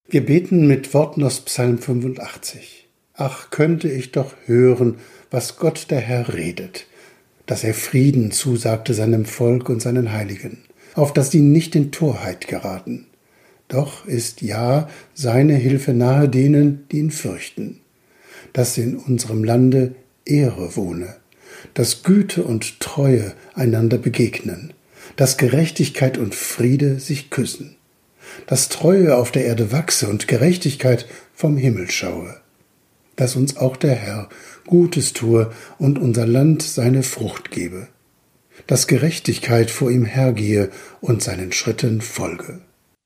Wir beten mit Worten aus Psalm 85. Ach, könnte ich doch hören, was Gott der Herr redet, dass er Frieden zusagte seinem Volk und seinen Heiligen, auf dass sie nicht in Torheit geraten. Doch ist ja seine Hilfe nahe denen, die ihn fürchten, dass in unserem Lande Ehre wohne, dass Güte und Treue einander begegnen, dass Gerechtigkeit und Friede sich küssen, dass Treue auf der Erde wachse und Gerechtigkeit vom Himmel schaue, dass uns auch der Herr Gutes tue und unser Land seine Frucht gebe, dass Gerechtigkeit vor ihm hergehe und seinen Schritten folge.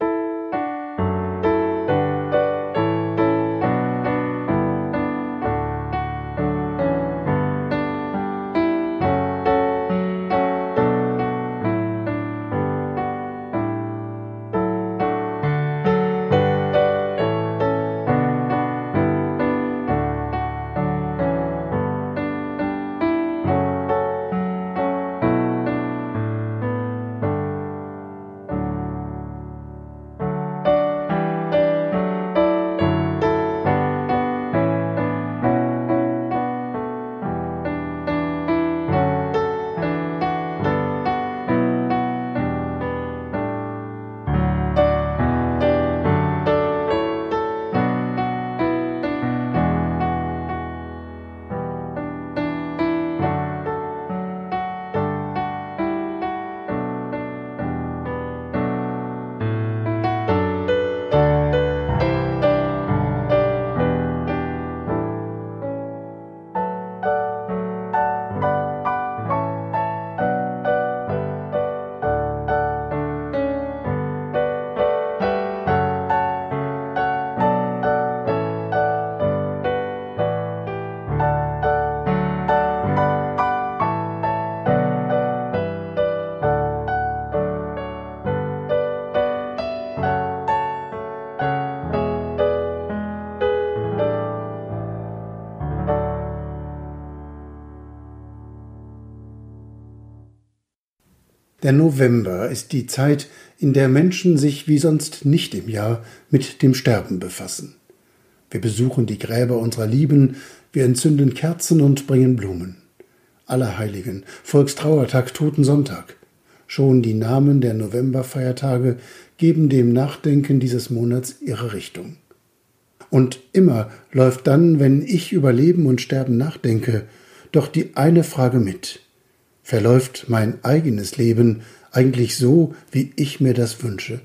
Der November ist die Zeit, in der Menschen sich wie sonst nicht im Jahr mit dem Sterben befassen. Wir besuchen die Gräber unserer Lieben, wir entzünden Kerzen und bringen Blumen. Allerheiligen, Volkstrauertag, Totensonntag. Schon die Namen der Novemberfeiertage geben dem Nachdenken dieses Monats ihre Richtung. Und immer läuft dann, wenn ich über Leben und Sterben nachdenke, doch die eine Frage mit: Verläuft mein eigenes Leben eigentlich so, wie ich mir das wünsche?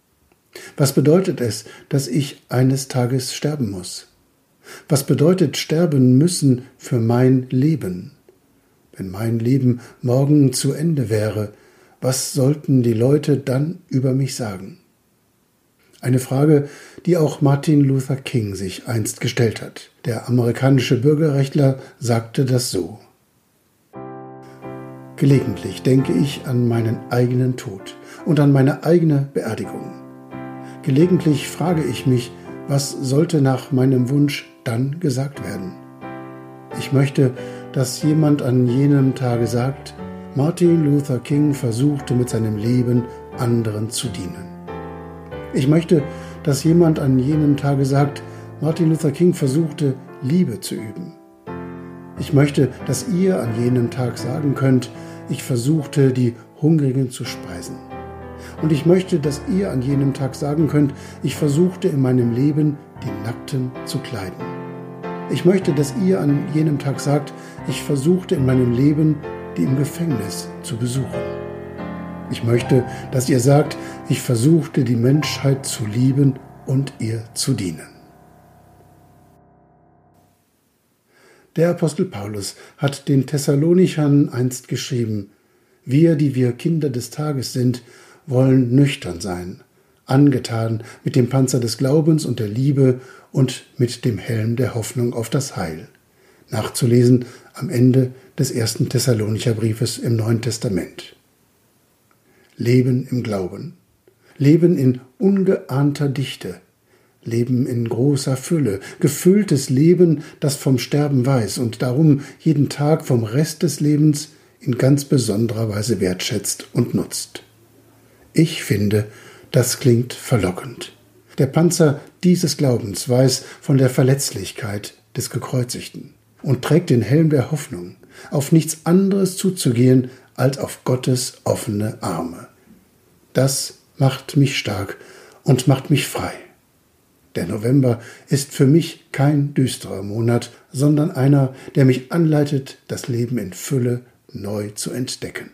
Was bedeutet es, dass ich eines Tages sterben muss? Was bedeutet sterben müssen für mein Leben? Wenn mein Leben morgen zu Ende wäre, was sollten die Leute dann über mich sagen? Eine Frage, die auch Martin Luther King sich einst gestellt hat. Der amerikanische Bürgerrechtler sagte das so: Gelegentlich denke ich an meinen eigenen Tod und an meine eigene Beerdigung. Gelegentlich frage ich mich, was sollte nach meinem Wunsch dann gesagt werden? Ich möchte, dass jemand an jenem Tage sagt, Martin Luther King versuchte mit seinem Leben anderen zu dienen. Ich möchte, dass jemand an jenem Tage sagt, Martin Luther King versuchte, Liebe zu üben. Ich möchte, dass ihr an jenem Tag sagen könnt, ich versuchte, die Hungrigen zu speisen. Und ich möchte, dass ihr an jenem Tag sagen könnt, ich versuchte in meinem Leben, die Nackten zu kleiden. Ich möchte, dass ihr an jenem Tag sagt, ich versuchte in meinem Leben, die im Gefängnis zu besuchen. Ich möchte, dass ihr sagt, ich versuchte, die Menschheit zu lieben und ihr zu dienen. Der Apostel Paulus hat den Thessalonichern einst geschrieben: Wir, die wir Kinder des Tages sind, wollen nüchtern sein, angetan mit dem Panzer des Glaubens und der Liebe und mit dem Helm der Hoffnung auf das Heil. Nachzulesen am Ende des 1. Thessalonicher Briefes im Neuen Testament. Leben im Glauben, Leben in ungeahnter Dichte, Leben in großer Fülle, gefülltes Leben, das vom Sterben weiß und darum jeden Tag vom Rest des Lebens in ganz besonderer Weise wertschätzt und nutzt. Ich finde, das klingt verlockend. Der Panzer dieses Glaubens weiß von der Verletzlichkeit des Gekreuzigten und trägt den Helm der Hoffnung, auf nichts anderes zuzugehen als auf Gottes offene Arme. Das macht mich stark und macht mich frei. Der November ist für mich kein düsterer Monat, sondern einer, der mich anleitet, das Leben in Fülle neu zu entdecken.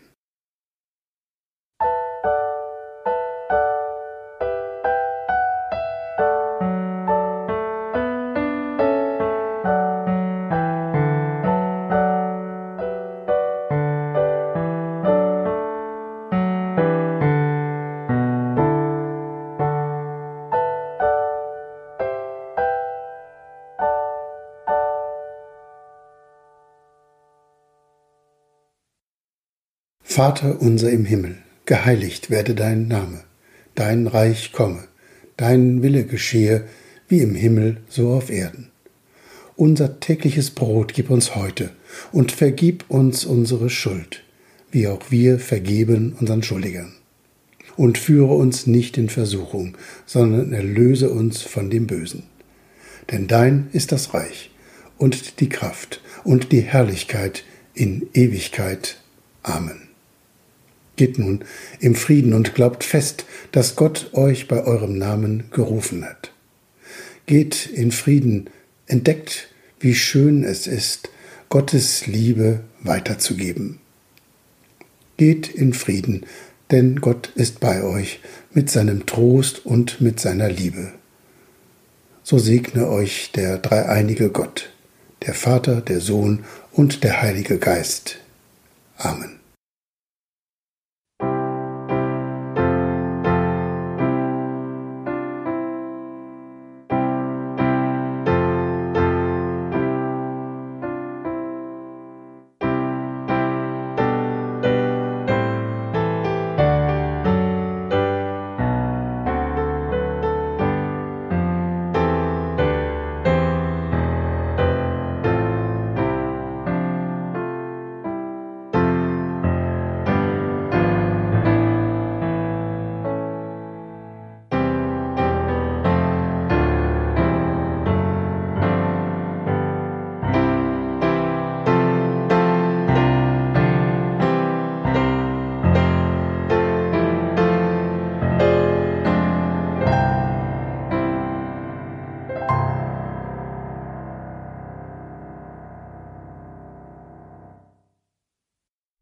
Vater unser im Himmel, geheiligt werde dein Name, dein Reich komme, dein Wille geschehe, wie im Himmel, so auf Erden. Unser tägliches Brot gib uns heute und vergib uns unsere Schuld, wie auch wir vergeben unseren Schuldigern. Und führe uns nicht in Versuchung, sondern erlöse uns von dem Bösen. Denn dein ist das Reich und die Kraft und die Herrlichkeit in Ewigkeit. Amen. Geht nun im Frieden und glaubt fest, dass Gott euch bei eurem Namen gerufen hat. Geht in Frieden, entdeckt, wie schön es ist, Gottes Liebe weiterzugeben. Geht in Frieden, denn Gott ist bei euch mit seinem Trost und mit seiner Liebe. So segne euch der dreieinige Gott, der Vater, der Sohn und der Heilige Geist. Amen.